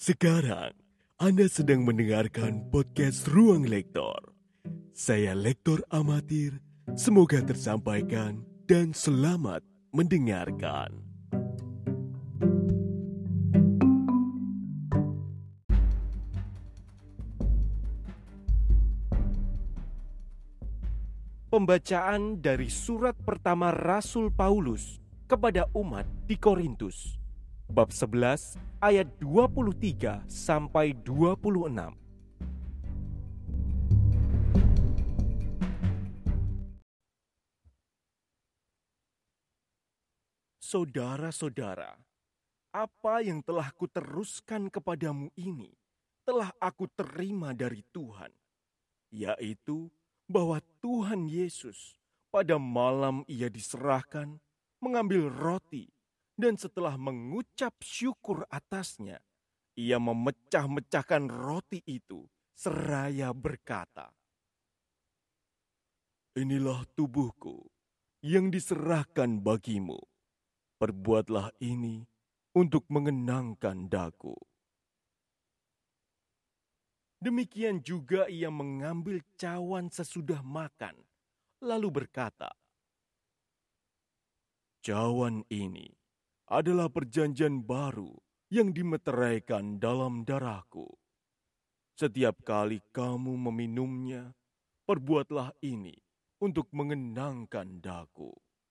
Sekarang, Anda sedang mendengarkan podcast Ruang Lektor. Saya Lektor Amatir, semoga tersampaikan dan selamat mendengarkan. Pembacaan dari surat pertama Rasul Paulus kepada umat di Korintus, bab 11 ayat 23 sampai 26. Saudara-saudara, apa yang telah kuteruskan kepadamu ini telah aku terima dari Tuhan, yaitu bahwa Tuhan Yesus pada malam ia diserahkan mengambil roti, dan setelah mengucap syukur atasnya, ia memecah-mecahkan roti itu seraya berkata, "Inilah tubuhku yang diserahkan bagimu. Perbuatlah ini untuk mengenangkan daku." Demikian juga ia mengambil cawan sesudah makan, lalu berkata, "Cawan ini adalah perjanjian baru yang dimeteraikan dalam darahku. Setiap kali kamu meminumnya, perbuatlah ini untuk mengenangkan daku.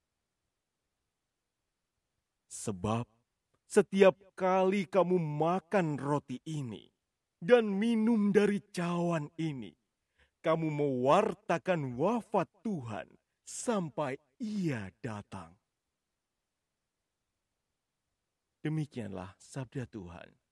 Sebab setiap kali kamu makan roti ini dan minum dari cawan ini, kamu mewartakan wafat Tuhan sampai Ia datang." Demikianlah sabda Tuhan.